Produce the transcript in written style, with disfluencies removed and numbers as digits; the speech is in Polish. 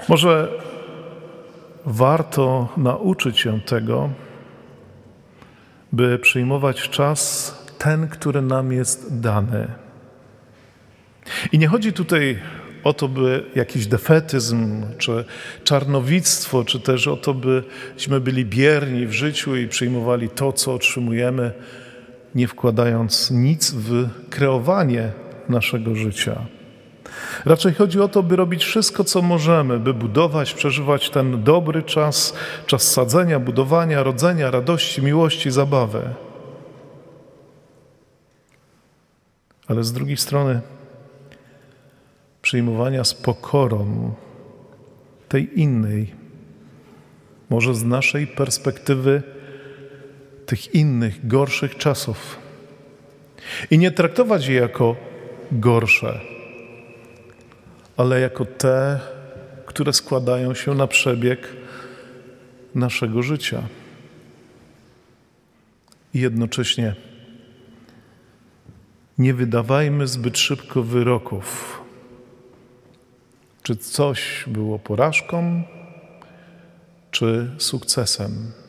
Może warto nauczyć się tego, by przyjmować czas ten, który nam jest dany. I nie chodzi tutaj o to, by jakiś defetyzm, czy czarnowictwo, czy też o to, byśmy byli bierni w życiu i przyjmowali to, co otrzymujemy, nie wkładając nic w kreowanie naszego życia. Raczej chodzi o to, by robić wszystko, co możemy, by budować, przeżywać ten dobry czas, czas sadzenia, budowania, rodzenia, radości, miłości, zabawy. Ale z drugiej strony przyjmowania z pokorą tej innej, może z naszej perspektywy tych innych, gorszych czasów. I nie traktować je jako gorsze, ale jako te, które składają się na przebieg naszego życia. I jednocześnie nie wydawajmy zbyt szybko wyroków. Czy coś było porażką, czy sukcesem.